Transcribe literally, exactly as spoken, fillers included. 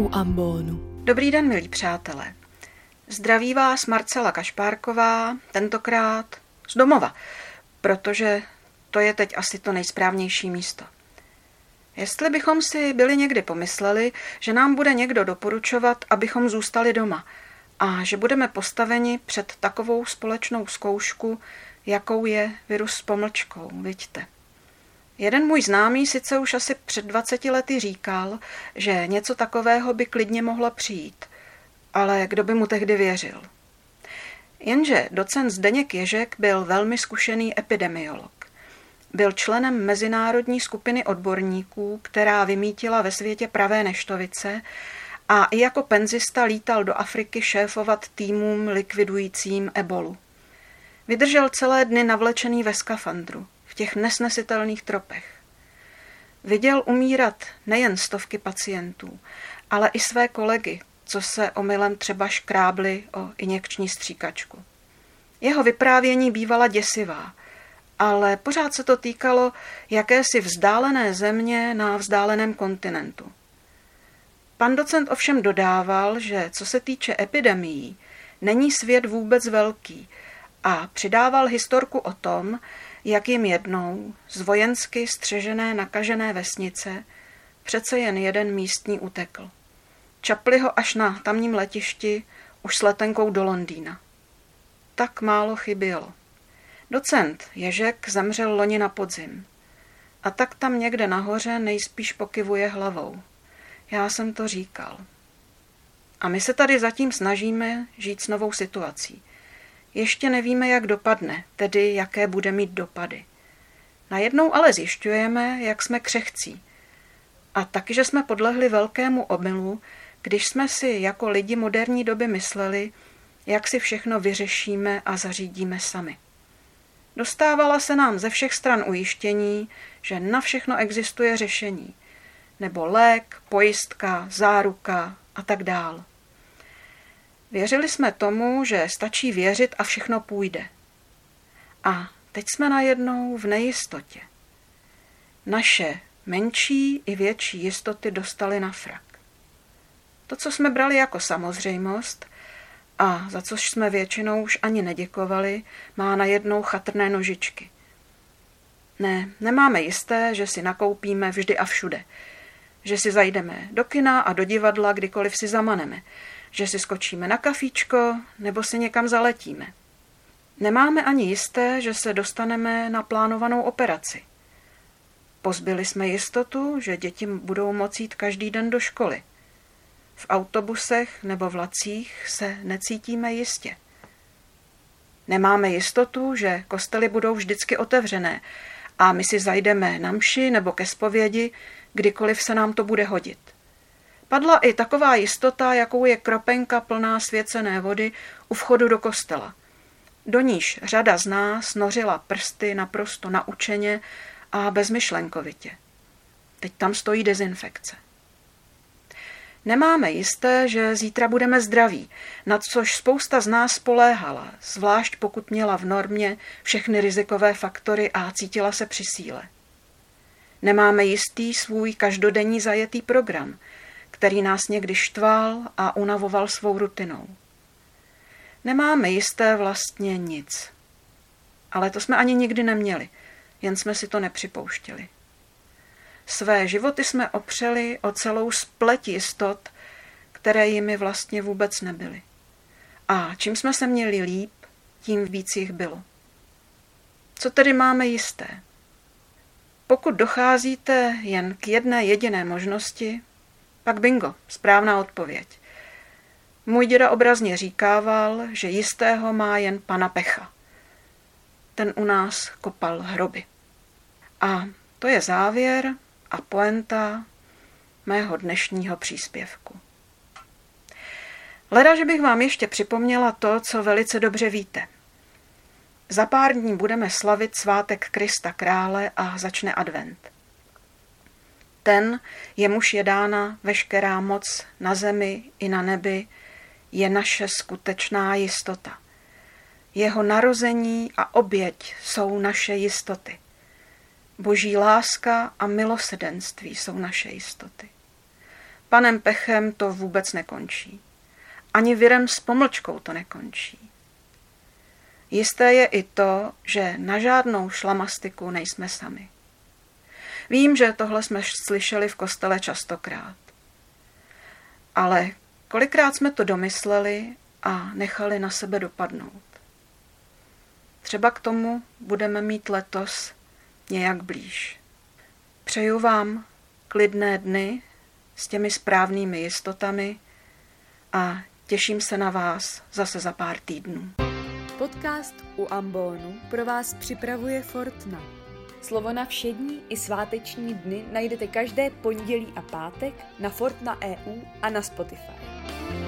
u ambonu. Dobrý den, milí přátelé. Zdraví vás Marcela Kašpárková, tentokrát z domova, protože to je teď asi to nejsprávnější místo. Jestli bychom si byli někdy pomysleli, že nám bude někdo doporučovat, abychom zůstali doma a že budeme postaveni před takovou společnou zkoušku, jakou je virus s pomlčkou, viďte. Jeden můj známý sice už asi před dvaceti lety říkal, že něco takového by klidně mohlo přijít, ale kdo by mu tehdy věřil? Jenže docent Zdeněk Ježek byl velmi zkušený epidemiolog. Byl členem mezinárodní skupiny odborníků, která vymítila ve světě pravé neštovice, a i jako penzista lítal do Afriky šéfovat týmům likvidujícím ebolu. Vydržel celé dny navlečený ve skafandru, v těch nesnesitelných tropech. Viděl umírat nejen stovky pacientů, ale i své kolegy, co se omylem třeba škrábli o injekční stříkačku. Jeho vyprávění bývala děsivá, ale pořád se to týkalo jakési vzdálené země na vzdáleném kontinentu. Pan docent ovšem dodával, že co se týče epidemií, není svět vůbec velký, a přidával historku o tom, jak jim jednou z vojensky střežené nakažené vesnice přece jen jeden místní utekl. Čapli ho až na tamním letišti už s letenkou do Londýna. Tak málo chybělo. Docent Ježek zemřel loni na podzim. A tak tam někde nahoře nejspíš pokyvuje hlavou. Já jsem to říkal. A my se tady zatím snažíme žít s novou situací. Ještě nevíme, jak dopadne, tedy jaké bude mít dopady. Najednou ale zjišťujeme, jak jsme křehcí. A taky, že jsme podlehli velkému omylu, když jsme si jako lidi moderní doby mysleli, jak si všechno vyřešíme a zařídíme sami. Dostávala se nám ze všech stran ujištění, že na všechno existuje řešení, nebo lék, pojistka, záruka a tak dál. Věřili jsme tomu, že stačí věřit a všechno půjde. A teď jsme najednou v nejistotě. Naše menší i větší jistoty dostaly na frak. To, co jsme brali jako samozřejmost a za což jsme většinou už ani neděkovali, má najednou chatrné nožičky. Ne, nemáme jisté, že si nakoupíme vždy a všude. Že si zajdeme do kina a do divadla, kdykoliv si zamaneme. Že si skočíme na kafíčko nebo si někam zaletíme. Nemáme ani jisté, že se dostaneme na plánovanou operaci. Pozbyli jsme jistotu, že děti budou moci jít každý den do školy. V autobusech nebo vlacích se necítíme jistě. Nemáme jistotu, že kostely budou vždycky otevřené a my si zajdeme na mši nebo ke zpovědi, kdykoliv se nám to bude hodit. Padla i taková jistota, jakou je kropenka plná svěcené vody u vchodu do kostela. Do níž řada z nás nořila prsty naprosto naučeně a bezmyšlenkovitě. Teď tam stojí dezinfekce. Nemáme jisté, že zítra budeme zdraví, nad což spousta z nás spoléhala, zvlášť pokud měla v normě všechny rizikové faktory a cítila se při síle. Nemáme jistý svůj každodenní zajetý program, který nás někdy štval a unavoval svou rutinou. Nemáme jisté vlastně nic. Ale to jsme ani nikdy neměli, jen jsme si to nepřipouštěli. Své životy jsme opřeli o celou spleť jistot, které jimi vlastně vůbec nebyly. A čím jsme se měli líp, tím víc jich bylo. Co tedy máme jisté? Pokud docházíte jen k jedné jediné možnosti, pak bingo, správná odpověď. Můj děda obrazně říkával, že jistého má jen pana Pecha. Ten u nás kopal hroby. A to je závěr a poenta mého dnešního příspěvku. Leda, že bych vám ještě připomněla to, co velice dobře víte. Za pár dní budeme slavit svátek Krista Krále a začne advent. Ten, jemuž je dána veškerá moc na zemi i na nebi, je naše skutečná jistota. Jeho narození a oběť jsou naše jistoty. Boží láska a milosrdenství jsou naše jistoty. panem Pechem to vůbec nekončí. Ani virem s pomlčkou to nekončí. Jisté je i to, že na žádnou šlamastiku nejsme sami. Vím, že tohle jsme slyšeli v kostele častokrát. Ale kolikrát jsme to domysleli a nechali na sebe dopadnout. Třeba k tomu budeme mít letos nějak blíž. Přeju vám klidné dny s těmi správnými jistotami a těším se na vás zase za pár týdnů. Podcast u Ambonu pro vás připravuje Fortna. Slovo na všední i sváteční dny najdete každé pondělí a pátek na Fortna tečka e u a na Spotify.